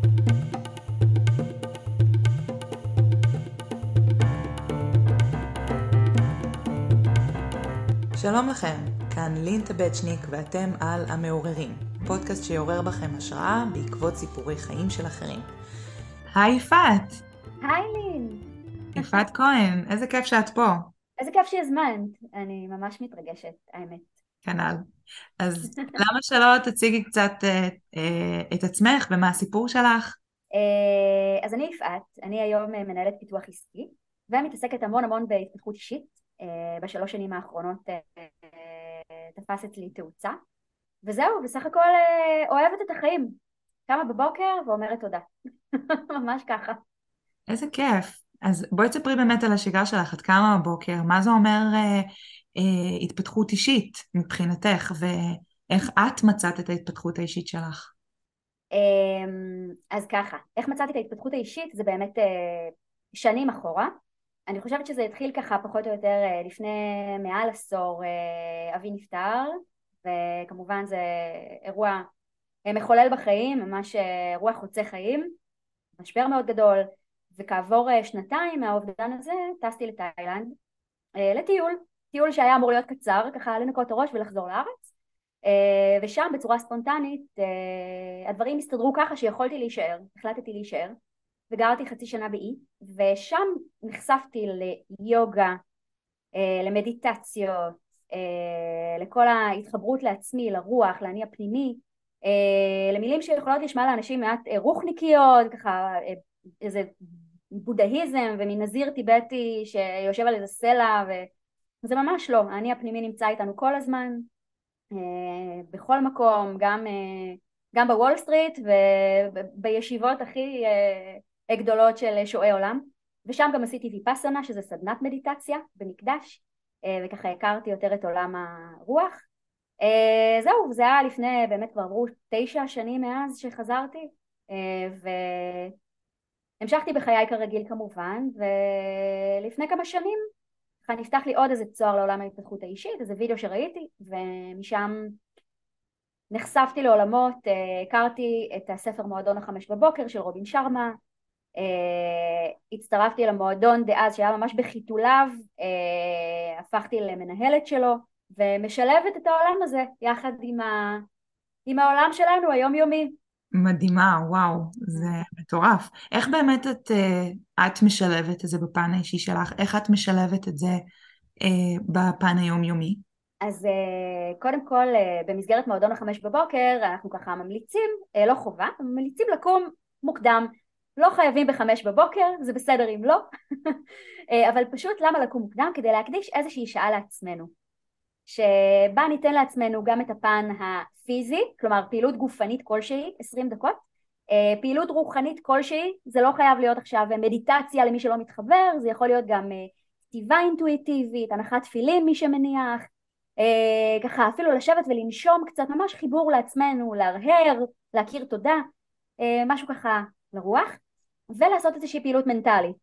שלום לכם, כאן לין טבצ'ניק ואתם על המעוררים, פודקאסט שיעורר בכם השראה בעקבות סיפורי חיים של אחרים. היי יפעת! היי לין! יפעת כהן, איזה כיף שאת פה. איזה כיף שהזמנת, אני ממש מתרגשת, האמת. כנ"ל. אז למה שלא תציגי קצת את עצמך ומה הסיפור שלך? אז אני יפעת, אני היום מנהלת פיתוח עסקי, ומתעסקת המון בהתפתחות אישית. בשלוש שנים האחרונות תפס אצלי תאוצה, וזהו, בסך הכל אוהבת את החיים. קמה בבוקר ואומרת תודה. ממש ככה. איזה כיף. אז בואי תספרי באמת על השגרה שלך, את קמה בבוקר, מה זה אומר התפתחות אישית מבחינתך, ואיך את מצאת את ההתפתחות האישית שלך? אז ככה, איך מצאתי את ההתפתחות האישית? זה באמת שנים אחורה. אני חושבת שזה התחיל ככה פחות או יותר לפני מעל עשור. אבי נפטר, וכמובן זה אירוע מחולל בחיים, ממש אירוע חוצה חיים, משבר מאוד גדול. וכעבור שנתיים מהאובדן הזה טסתי לתאילנד לטיול שהיה אמור להיות קצר, ככה לנקות הראש ולחזור לארץ. ושם בצורה ספונטנית הדברים הסתדרו ככה שיכולתי להישאר, החלטתי להישאר, וגרתי חצי שנה באי, ושם נחשפתי ליוגה, למדיטציות, לכל ההתחברות לעצמי, לרוח, לאני הפנימי, למילים שיכולות לשמוע לאנשים מעט רוחניקיות, ככה איזה בודהיזם ומנזיר טיבטי שיושב על איזה סלע, וזה ממש לא, האני הפנימי נמצא איתנו כל הזמן, בכל מקום, גם בוול סטריט ובישיבות הכי גדולות של שועי עולם. ושם גם עשיתי ויפאסנה, שזה סדנת מדיטציה במקדש, וככה הכרתי יותר את עולם הרוח. זהו, זה היה לפני, באמת כבר עברו 9 שנים מאז שחזרתי, והמשכתי בחיי כרגיל כמובן. ולפני כמה שנים ככה נפתח לי עוד איזה צוהר לעולם ההתפתחות האישית, איזה וידאו שראיתי, ומשם נחשפתי לעולמות. הכרתי את הספר מועדון 5 בבוקר של רובין שרמה, הצטרפתי למועדון דאז שהיה ממש בחיתוליו, הפכתי למנהלת שלו, ומשלבת את העולם הזה יחד עם העולם שלנו היומיומי. מדהימה, וואו, זה מטורף. איך באמת את משלבת את זה בפן האישי שלך? איך את משלבת את זה בפן היומיומי? אז קודם כל, במסגרת מועדון 5 בבוקר אנחנו ככה ממליצים, לא חובה, ממליצים לקום מוקדם. לא חייבים ב5 בבוקר, זה בסדר אם לא, אבל פשוט למה לקום מוקדם? כדי להקדיש איזושהי שעה לעצמנו, שבה ניתן לעצמנו גם את הפן הפיזי, כלומר פעילות גופנית כלשהי, 20 דקות, פעילות רוחנית כלשהי, זה לא חייב להיות עכשיו מדיטציה למי שלא מתחבר, זה יכול להיות גם כתיבה אינטואיטיבית, הנחת תפילין מי שמניח, ככה אפילו לשבת ולנשום קצת, ממש חיבור לעצמנו, להרהר, להכיר תודה, משהו ככה לרוח, ולעשות איזושהי פעילות מנטלית,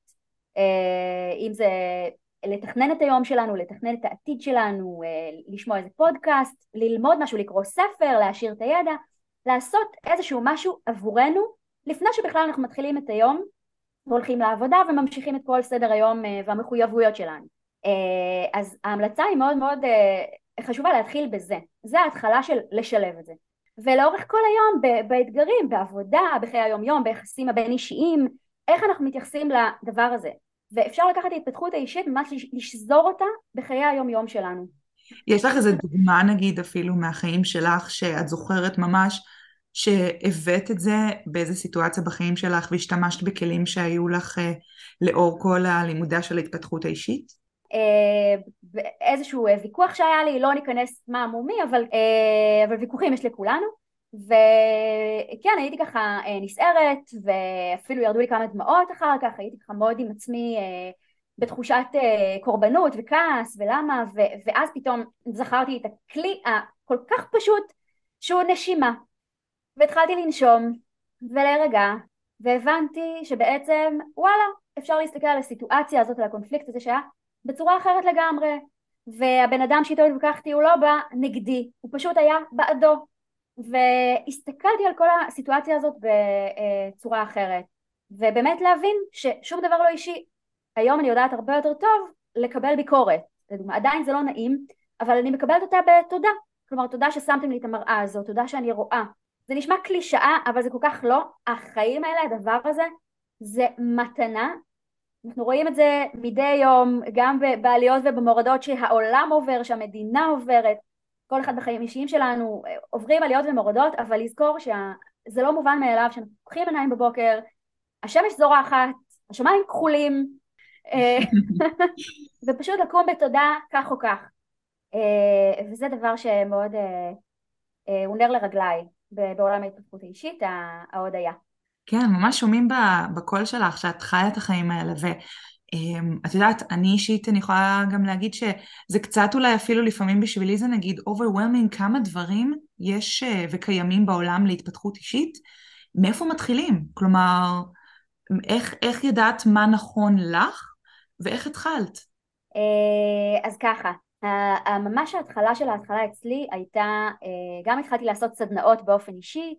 אם זה לתכנן את היום שלנו, לתכנן את העתיד שלנו, לשמוע איזה פודקאסט, ללמוד משהו, לקרוא ספר, להשאיר את הידע, לעשות איזשהו משהו עבורנו, לפני שבכלל אנחנו מתחילים את היום, והולכים לעבודה וממשיכים את כל סדר היום והמחויבויות שלנו. אז ההמלצה היא מאוד חשובה להתחיל בזה, זה ההתחלה של לשלב את זה. ולאורך כל היום באתגרים, בעבודה, בחיי היום יום, ביחסים הבין אישיים, איך אנחנו מתייחסים לדבר הזה. ואפשר לקחת את ההתפתחות האישית, ממש לשזור אותה בחיי היום יום שלנו. יש לך איזו דוגמה נגיד אפילו מהחיים שלך, שאת זוכרת ממש שהבאת את זה באיזו סיטואציה בחיים שלך, והשתמשת בכלים שהיו לך לאור כל הלימודה של ההתפתחות האישית? איזשהו ויכוח שהיה לי, לא ניכנס מה עמומי, אבל ויכוחים יש לכולנו, וכן הייתי ככה נסערת, ואפילו ירדו לי כמה דמעות אחר כך, הייתי ככה מאוד עם עצמי בתחושת קורבנות וכעס ולמה, ואז פתאום זכרתי את הכלי הכל כך פשוט שהוא נשימה, והתחלתי לנשום ולהירגע, והבנתי שבעצם וואלה, אפשר להסתכל על הסיטואציה הזאת, על הקונפליקט הזה שהיה בצורה אחרת לגמרי, והבן אדם שאיתו התווכחתי הוא לא בא נגדי, הוא פשוט היה בעדו, והסתכלתי על כל הסיטואציה הזאת בצורה אחרת, ובאמת להבין ששום דבר לא אישי. היום אני יודעת הרבה יותר טוב לקבל ביקורת, לדוגמה, עדיין זה לא נעים, אבל אני מקבלת אותה בתודה. כלומר, תודה ששמתם לי את המראה הזו, תודה שאני רואה. זה נשמע קלישאה, אבל זה כל כך לא. החיים האלה, הדבר הזה, זה מתנה. אנחנו רואים את זה מדי יום, גם בעליות ובמורדות שהעולם עובר, שהמדינה עוברת. כל אחד בחיים אישיים שלנו עוברים עליות ומורדות, אבל לזכור שזה לא מובן מאליו שאנחנו פותחים עיניים בבוקר, השמש זורחת, השמיים כחולים, ופשוט לקום בתודה כך או כך. וזה דבר שמאוד הוא נר לרגליי בעולם ההתפתחות האישית, ההודיה. כן, ממש שומעים בקול שלך שאת חיה את החיים האלה, ואת יודעת, אני אישית, אני יכולה גם להגיד שזה קצת אולי אפילו לפעמים בשבילי זה נגיד overwhelming כמה דברים יש וקיימים בעולם להתפתחות אישית, מאיפה מתחילים? כלומר, איך ידעת מה נכון לך ואיך התחלת? אז ככה, ממש ההתחלה אצלי הייתה, גם התחלתי לעשות סדנאות באופן אישי,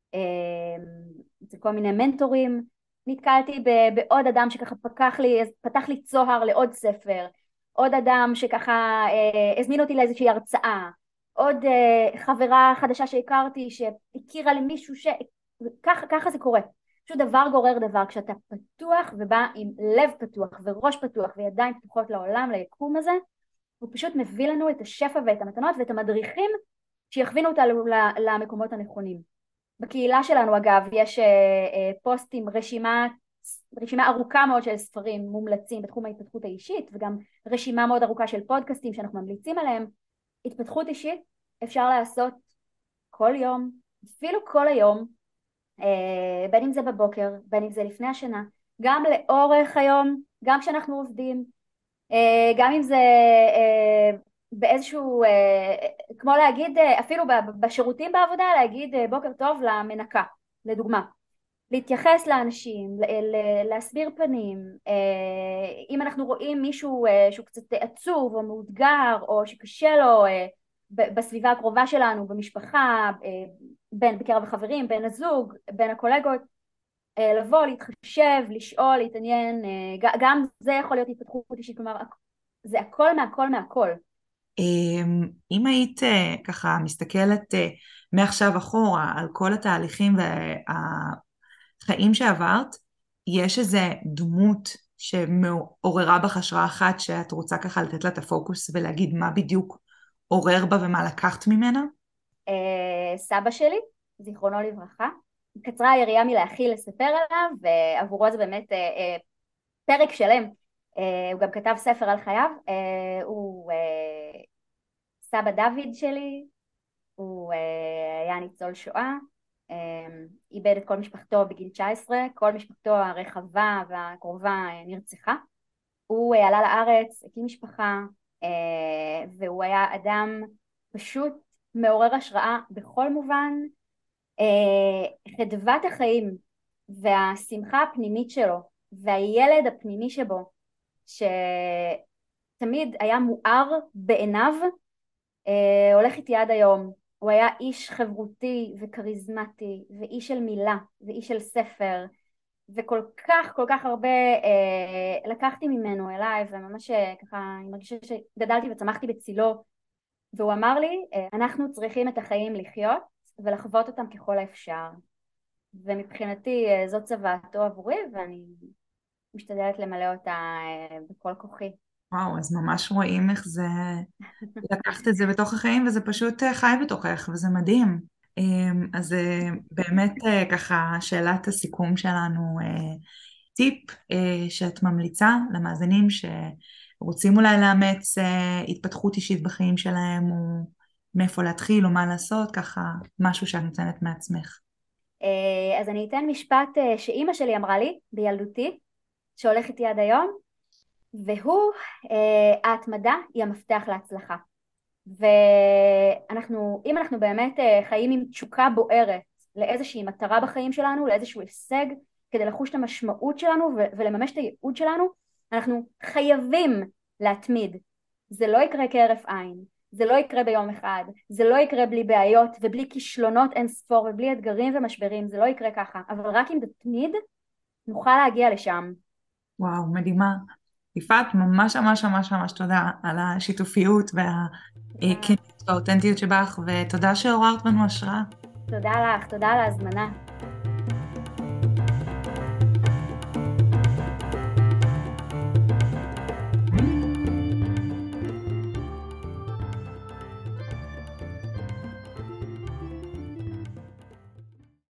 אצל כל מיני מנטורים, נתקלתי בעוד אדם שככה פתח לי צוהר לעוד ספר, עוד אדם שככה הזמין אותי לאיזושהי הרצאה, עוד חברה חדשה שהכרתי שהכירה למישהו ככה זה קורה. פשוט דבר גורר דבר, כשאתה פתוח ובא עם לב פתוח וראש פתוח וידיים פתוחות לעולם, ליקום הזה, הוא פשוט מביא לנו את השפע ואת המתנות ואת המדריכים שיכווינו אותנו למקומות הנכונים. בקהילה שלנו אגב יש פוסטים, רשימה ארוכה מאוד של ספרים מומלצים בתחום ההתפתחות האישית, וגם רשימה מאוד ארוכה של פודקאסטים שאנחנו ממליצים עליהם. התפתחות אישית אפשר לעשות כל יום, אפילו כל היום, בין אם זה בבוקר, בין אם זה לפני השינה, גם לאורך היום, גם כשאנחנו עובדים, גם אם זה באיזשהו, כמו להגיד, אפילו בשירותים בעבודה, להגיד בוקר טוב למנקה, לדוגמה. להתייחס לאנשים, להסביר פנים, אם אנחנו רואים מישהו שהוא קצת עצוב או מאותגר או שקשה לו בסביבה הקרובה שלנו, במשפחה, בין בקרב החברים, בין הזוג, בין הקולגות, לבוא, להתחשב, לשאול, להתעניין, גם זה יכול להיות התפתחות אישית, כלומר זה הכל מהכל. אם היית ככה מסתכלת מעכשיו אחורה על כל התהליכים והחיים שעברת, יש איזה דמות שמעוררה בך השראה אחת שאת רוצה ככה לתת לה את הפוקוס ולהגיד מה בדיוק עורר בה ומה לקחת ממנה? סבא שלי, זיכרונו לברכה, קצרה היריעה מלהכיל לספר עליו, ועבורו זה באמת פרק שלם. הוא גם כתב ספר על חייו. הוא סבא דוד שלי, הוא היה ניצול שואה, איבד את כל משפחתו בגיל 19, כל משפחתו הרחבה והקרובה נרצחה. הוא עלה לארץ, הקים משפחה, והוא היה אדם פשוט מעורר השראה בכל מובן. חדוות החיים והשמחה הפנימית שלו והילד הפנימי שבו שתמיד היה מואר בעיניו, הולך איתי עד היום. הוא היה איש חברותי וכריזמטי ואיש של מילה ואיש של ספר, וכל כך הרבה לקחתי ממנו אליי, וממש ככה אני מרגישה שגדלתי וצמחתי בצילו. והוא אמר לי, אנחנו צריכים את החיים לחיות ולחוות אותם ככל האפשר, ומבחינתי זאת צוואתו עבורי ואני משתדלת למלא אותה בכל כוחי. וואו, אז ממש רואים איך זה לקחת את זה בתוך החיים וזה פשוט חי בתוכך וזה מדהים. אז באמת ככה שאלת הסיכום שלנו, טיפ שאת ממליצה למאזינים שרוצים אולי לאמץ התפתחות אישית בחיים שלהם, או מאיפה להתחיל או מה לעשות, ככה משהו שאת נותנת מעצמך. אז אני אתן משפט שאימא שלי אמרה לי בילדותי, שהולך איתי עד היום, והוא, ההתמדה היא המפתח להצלחה. אם אנחנו באמת חיים עם תשוקה בוערת לאיזושהי מטרה בחיים שלנו, לאיזשהו הישג, כדי לחוש את המשמעות שלנו ולממש את הייעוד שלנו, אנחנו חייבים להתמיד. זה לא יקרה כהרף עין. זה לא יקרה ביום אחד, זה לא יקרה בלי בעיות ובלי כישלונות אין ספור ובלי אתגרים ומשברים, זה לא יקרה ככה, אבל רק אם נתמיד נוכל להגיע לשם. וואו, מדהימה. יפעת, ממש ממש ממש ממש תודה על השיתופיות והכנות והאותנטיות שבך, ותודה שעוררת בנו השראה. תודה לך, תודה על ההזמנה.